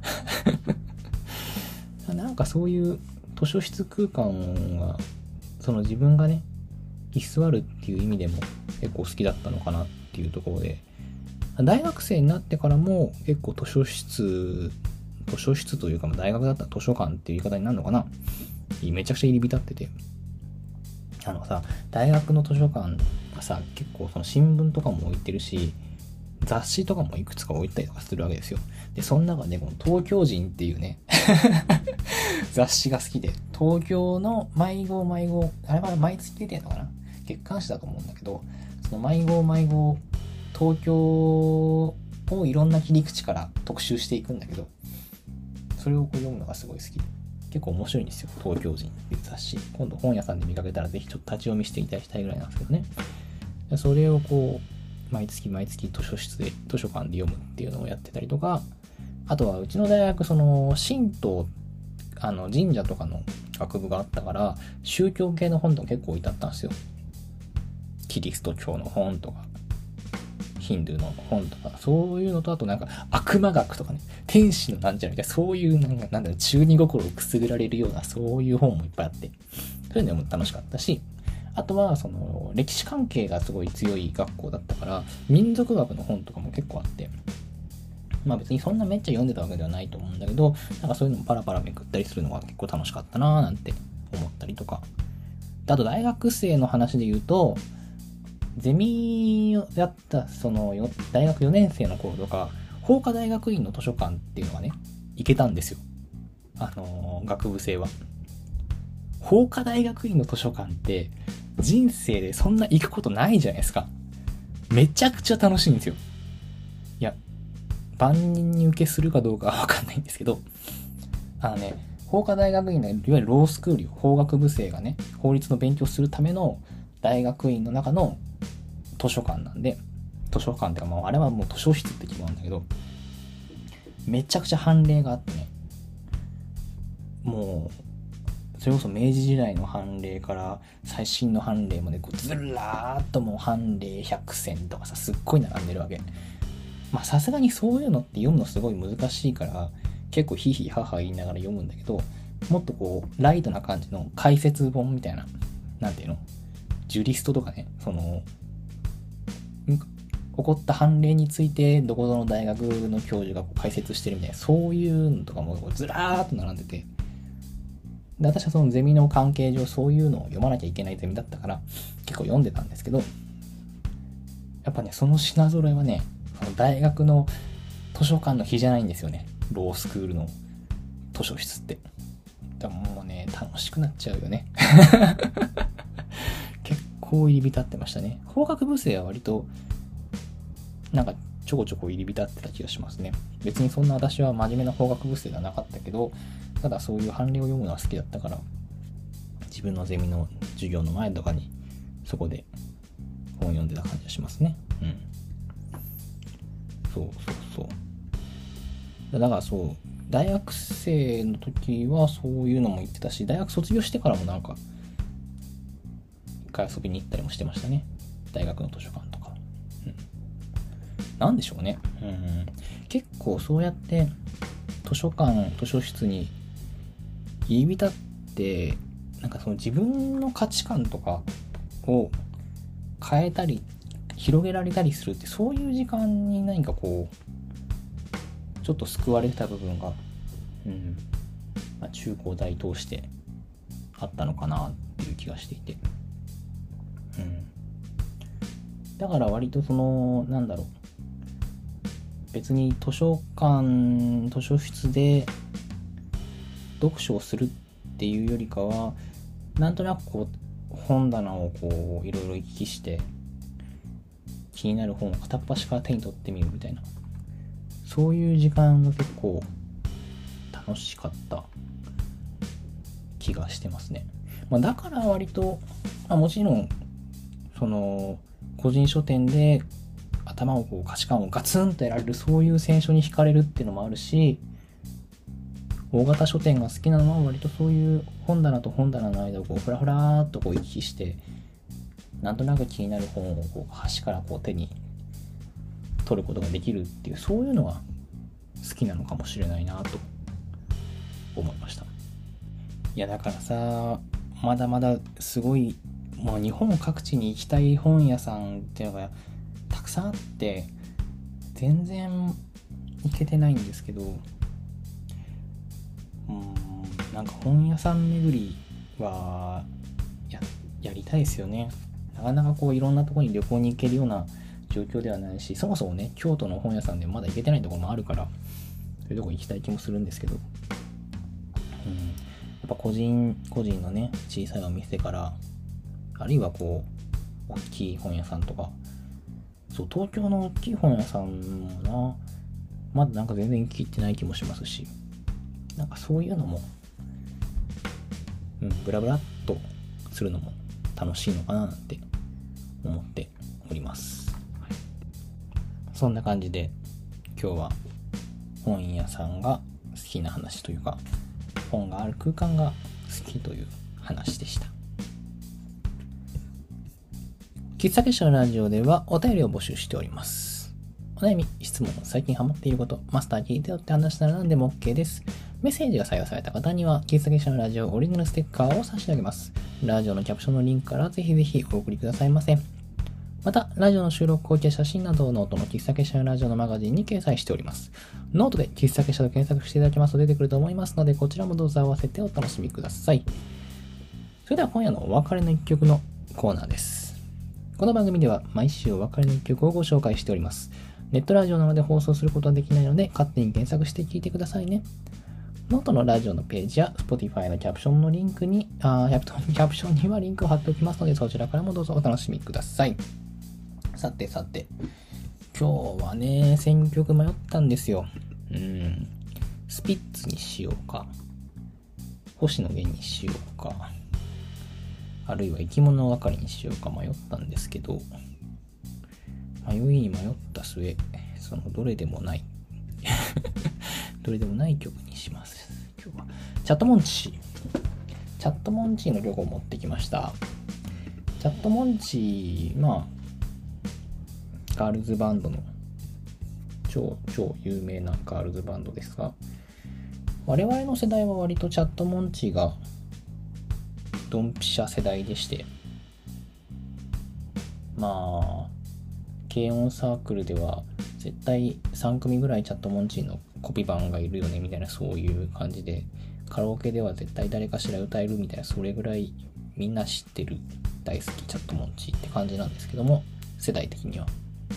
Speaker 1: ばなんかそういう図書室空間はその自分がね居座るっていう意味でも結構好きだったのかなっていうところで、大学生になってからも結構図書室図書室というか大学だったら図書館っていう言い方になるのかな、めちゃくちゃ入り浸ってて、あのさ、大学の図書館がさ結構その新聞とかも置いてるし、雑誌とかもいくつか置いたりとかするわけですよ。で、その中でこの東京人っていうね雑誌が好きで、東京の毎号毎号、あれは毎月出てんのかな、月刊誌だと思うんだけど、その毎号毎号東京をいろんな切り口から特集していくんだけど、それをこう読むのがすごい好きで、結構面白いんですよ、東京人っていう雑誌。今度本屋さんで見かけたらぜひちょっと立ち読みしていただきたいぐらいなんですけどね。それをこう毎月毎月図書室で図書館で読むっていうのをやってたりとか、あとはうちの大学その神道、あの神社とかの学部があったから、宗教系の本とか結構置いてあったんですよ。キリスト教の本とかヒンドゥーの本とか、そういうのと、あとなんか悪魔学とかね、天使のなんちゃらみたいな、そういうなんかなんだろう、中二心をくすぐられるようなそういう本もいっぱいあって、そういうのも楽しかったし、あとはその歴史関係がすごい強い学校だったから、民族学の本とかも結構あって、 まあ別にそんなめっちゃ読んでたわけではないと思うんだけど、なんかそういうのもパラパラめくったりするのが結構楽しかったなーなんて思ったりとか。あと大学生の話で言うと、ゼミをやったその大学よねん生の頃とか、法科大学院の図書館っていうのがね、行けたんですよ。あのー、学部生は。法科大学院の図書館って人生でそんな行くことないじゃないですか。めちゃくちゃ楽しいんですよ。いや、万人に受けするかどうかはわかんないんですけど、あのね、法科大学院のいわゆるロースクール、法学部生がね、法律の勉強するための大学院の中の図書館なんで、図書館ってかもうあれはもう図書室って決まるんだけど、めちゃくちゃ判例があってね、もうそれこそ明治時代の判例から最新の判例までこうずらーっともう判例ひゃくせんとかさ、すっごい並んでるわけ。まあさすがにそういうのって読むのすごい難しいから結構ヒーヒーハーハー言いながら読むんだけど、もっとこうライトな感じの解説本みたいな、なんていうの、ジュリストとかね、その起こった判例についてどこぞの大学の教授がこう解説してるみたいな、そういうのとかもずらーっと並んでて、で私はそのゼミの関係上そういうのを読まなきゃいけないゼミだったから結構読んでたんですけど、やっぱねその品揃えはね、その大学の図書館の比じゃないんですよね。ロースクールの図書室って。だからもうね楽しくなっちゃうよね。結構入り浸ってましたね。法学部生は割となんかちょこちょこ入り浸ってた気がしますね。別にそんな私は真面目な法学部生ではなかったけど、ただそういう判例を読むのは好きだったから、自分のゼミの授業の前とかにそこで本を読んでた感じがしますね。うん。そうそうそう。だからそう、大学生の時はそういうのも言ってたし、大学卒業してからもなんか一回遊びに行ったりもしてましたね。大学の図書館とか。うん。なんでしょうね。うん。結構そうやって図書館、図書室に入り浸って、なんかその自分の価値観とかを変えたり広げられたりするって、そういう時間に何かこうちょっと救われた部分が、うんまあ、中高大通してあったのかなっていう気がしていて、うん、だから割とそのなんだろう、別に図書館図書室で読書をするっていうよりかは、なんとなくこう本棚をこういろいろ行き来して気になる本を片っ端から手に取ってみるみたいな、そういう時間が結構楽しかった気がしてますね。まあ、だから割と、まあ、もちろんその個人書店で頭をこう価値観をガツンとやられる、そういう選書に惹かれるっていうのもあるし、大型書店が好きなのは割とそういう本棚と本棚の間をこうフラフラーっとこう行き来して、なんとなく気になる本をこう端からこう手に取ることができるっていう、そういうのが好きなのかもしれないなと思いました。いやだからさ、まだまだすごい、もう日本各地に行きたい本屋さんっていうのがたくさんあって全然行けてないんですけど、うーんなんか本屋さん巡りは や, やりたいですよね。なかなかこういろんなところに旅行に行けるような状況ではないし、そもそもね京都の本屋さんでまだ行けてないところもあるから、そういうとこ行きたい気もするんですけど、うん、やっぱ個人個人のね小さいお店から、あるいはこう大きい本屋さんとか、そう東京の大きい本屋さんもな、まだなんか全然行きってない気もしますし、なんかそういうのも、うん、ブラブラっとするのも楽しいのかななんて思っております、はい、そんな感じで今日は本屋さんが好きな話というか、本がある空間が好きという話でした。喫茶結社のラジオではお便りを募集しております。お悩み、質問、最近ハマっていること、マスター聞いてよって話なら何でも OK です。メッセージが採用された方には、喫茶結社のラジオオリジナルステッカーを差し上げます。ラジオのキャプションのリンクからぜひぜひお送りくださいませ。 また、ラジオの収録、後期や写真などをノートの喫茶結社のラジオのマガジンに掲載しております。ノートで喫茶結社と検索していただきますと出てくると思いますので、こちらもどうぞ合わせてお楽しみください。それでは今夜のお別れの一曲のコーナーです。この番組では毎週お別れの一曲をご紹介しております。ネットラジオなので放送することはできないので、勝手に検索して聞いてくださいね。ノートのラジオのページや Spotify のキャプションのリンクに、あキャプションにはリンクを貼っておきますので、そちらからもどうぞお楽しみください。さてさて、今日はね、選曲迷ったんですよ。うん。スピッツにしようか、星野源にしようか、あるいは生き物係にしようか迷ったんですけど、迷いに迷った末、そのどれでもないどれでもない曲にします。今日はチャットモンチーチャットモンチーの曲を持ってきました。チャットモンチー、まあガールズバンドの超超有名なガールズバンドですが、我々の世代は割とチャットモンチーがドンピシャ世代でして、まあ軽音サークルでは絶対さん組ぐらいチャットモンチーのコピー版がいるよねみたいな、そういう感じで、カラオケでは絶対誰かしら歌えるみたいな、それぐらいみんな知ってる大好きチャットモンチーって感じなんですけども、世代的には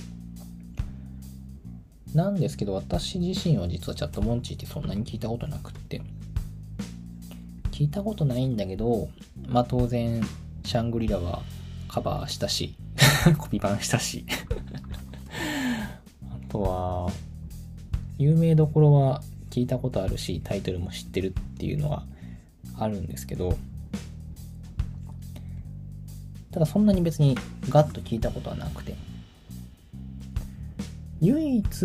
Speaker 1: なんですけど、私自身は実はチャットモンチーってそんなに聞いたことなくって、聞いたことないんだけど、まあ当然シャングリラはカバーしたしコピー版したしあとは有名どころは聞いたことあるし、タイトルも知ってるっていうのはあるんですけど、ただそんなに別にガッと聞いたことはなくて、唯一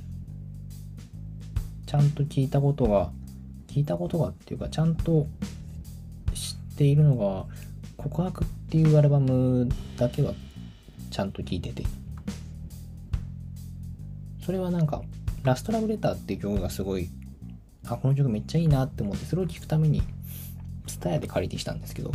Speaker 1: ちゃんと聞いたことが聞いたことがっていうかちゃんと知っているのが告白っていうアルバムだけはちゃんと聞いてて、それはなんかラストラブレターっていう曲がすごい、あこの曲めっちゃいいなって思って、それを聞くためにツタヤで借りてきたんですけど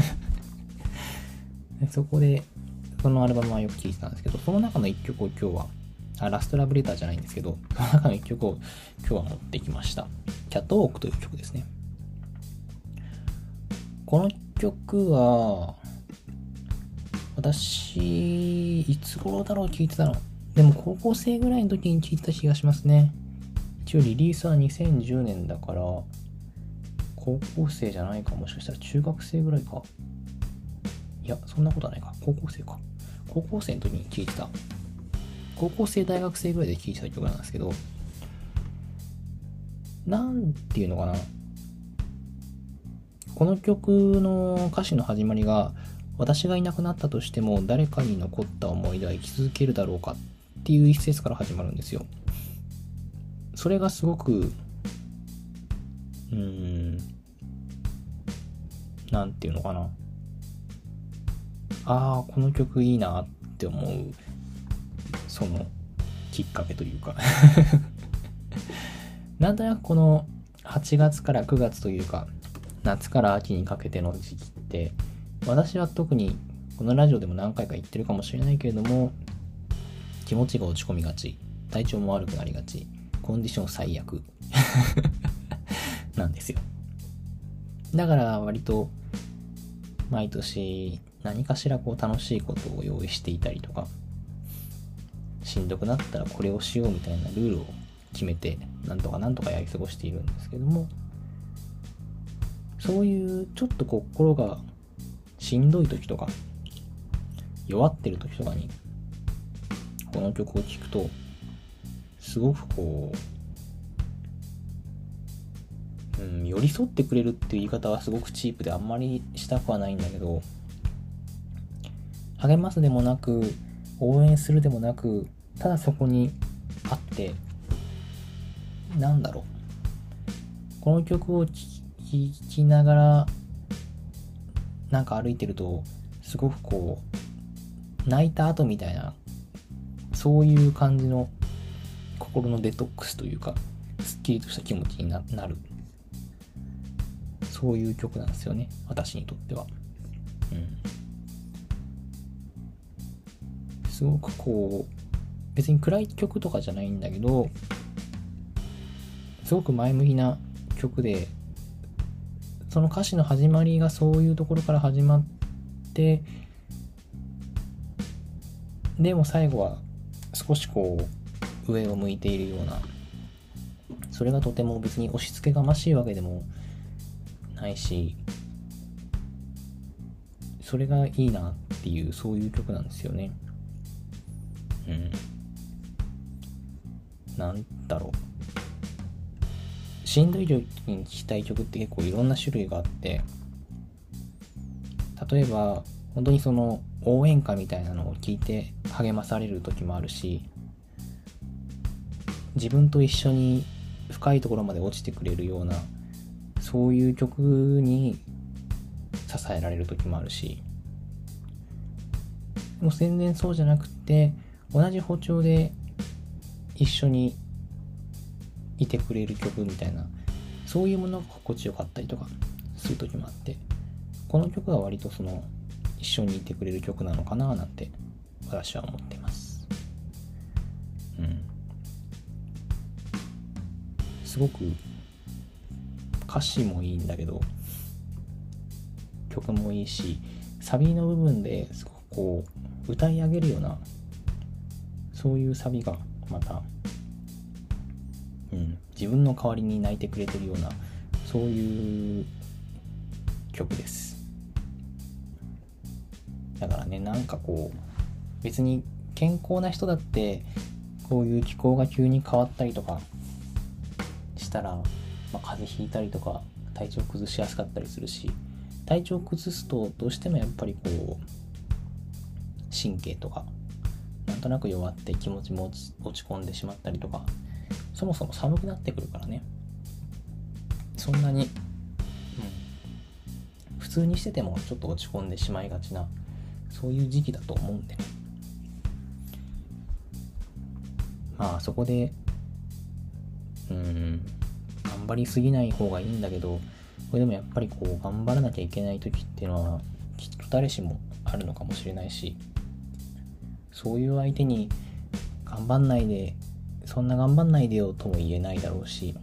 Speaker 1: そこでそのアルバムはよく聴いてたんですけど、その中の一曲を今日はあラストラブレターじゃないんですけど、その中の一曲を今日は持ってきました。キャットウォークという曲ですね。この曲は私いつ頃だろう聴いてたの、でも高校生ぐらいの時に聴いてた気がしますね。一応リリースはにせんじゅうねんだから高校生じゃないか、もしかしたら中学生ぐらいか、いやそんなことはないか、高校生か、高校生の時に聴いてた、高校生大学生ぐらいで聴いてた曲なんですけど、なんていうのかな、この曲の歌詞の始まりが、私がいなくなったとしても誰かに残った思い出は生き続けるだろうかっていう一節から始まるんですよ。それがすごくうーんなんていうのかな、ああこの曲いいなって思うそのきっかけというかなんとなくこのはちがつからくがつというか夏から秋にかけての時期って、私は特にこのラジオでも何回か言ってるかもしれないけれども、気持ちが落ち込みがち、体調も悪くなりがち、コンディション最悪なんですよ。だから割と毎年何かしらこう楽しいことを用意していたりとか、しんどくなったらこれをしようみたいなルールを決めてなんとかなんとかやり過ごしているんですけども、そういうちょっと心がしんどい時とか弱ってる時とかにこの曲を聴くと、すごくこう、うん、寄り添ってくれるっていう言い方はすごくチープであんまりしたくはないんだけど、励ますでもなく応援するでもなく、ただそこにあって、なんだろう、この曲を聴きながらなんか歩いてると、すごくこう泣いた後みたいな、そういう感じの心のデトックスというか、すっきりとした気持ちに な, なるそういう曲なんですよね、私にとっては。 すごくこう別に暗い曲とかじゃないんだけど、すごく前向きな曲で、その歌詞の始まりがそういうところから始まって、でも最後は少しこう上を向いているような、それがとても別に押し付けがましいわけでもないし、それがいいなっていう、そういう曲なんですよね。うんなんだろう、しんどい時に聴きたい曲って結構いろんな種類があって、例えば本当にその応援歌みたいなのを聴いて励まされる時もあるし、自分と一緒に深いところまで落ちてくれるような、そういう曲に支えられる時もあるし、でも全然そうじゃなくて、同じ歩調で一緒にいてくれる曲みたいな、そういうものが心地よかったりとかする時もあって、この曲は割とその一緒にいてくれる曲なのかななんて私は思っています。うんすごく歌詞もいいんだけど曲もいいし、サビの部分ですごくこう歌い上げるような、そういうサビがまた、うん、自分の代わりに泣いてくれてるような、そういう曲です。だからね、なんかこう別に健康な人だってこういう気候が急に変わったりとかしたら、まあ、風邪ひいたりとか体調崩しやすかったりするし、体調崩すとどうしてもやっぱりこう神経とかなんとなく弱って気持ちも落ち込んでしまったりとか、そもそも寒くなってくるからね、そんなに、うん、普通にしててもちょっと落ち込んでしまいがちな、そういう時期だと思うんでね。まあそこでうーん頑張りすぎない方がいいんだけど、これでもやっぱりこう頑張らなきゃいけない時っていうのはきっと誰しもあるのかもしれないし、そういう相手に頑張んないで、そんな頑張んないでよとも言えないだろうし、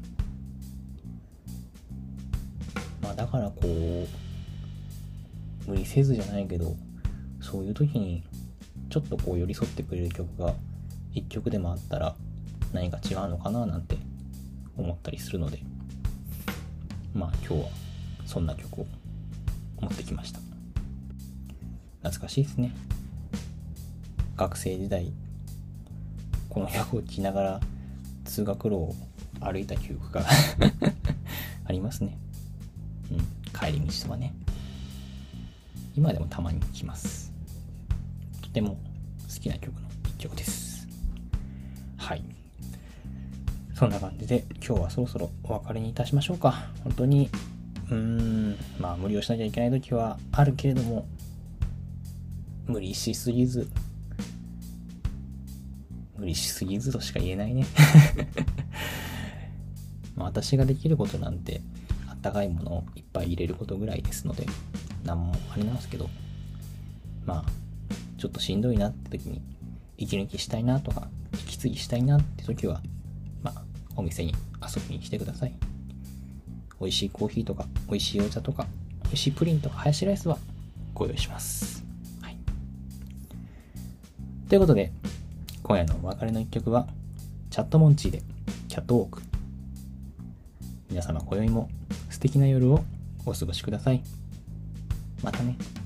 Speaker 1: まあだからこう無理せずじゃないけど、そういう時にちょっとこう寄り添ってくれる曲が一曲でもあったら何か違うのかななんて思ったりするので、まあ今日はそんな曲を持ってきました。懐かしいですね。学生時代この曲を聴きながら通学路を歩いた記憶がありますね。うん、帰り道とかね。今でもたまに聴きます。とても好きな曲の一曲です。はい。そんな感じで今日はそろそろお別れにいたしましょうか。本当にうーんまあ無理をしなきゃいけない時はあるけれども、無理しすぎず無理しすぎずとしか言えないねまあ私ができることなんてあったかいものをいっぱい入れることぐらいですので、なんもあれなんですけど、まあちょっとしんどいなって時に息抜きしたいなとか息継ぎしたいなって時は、まあお店に遊びに来てください。美味しいコーヒーとか美味しいお茶とか美味しいプリンとかハヤシライスはご用意します。はい。ということで今夜のお別れの一曲はチャットモンチーでキャットウォーク。皆様今宵も素敵な夜をお過ごしください。またね。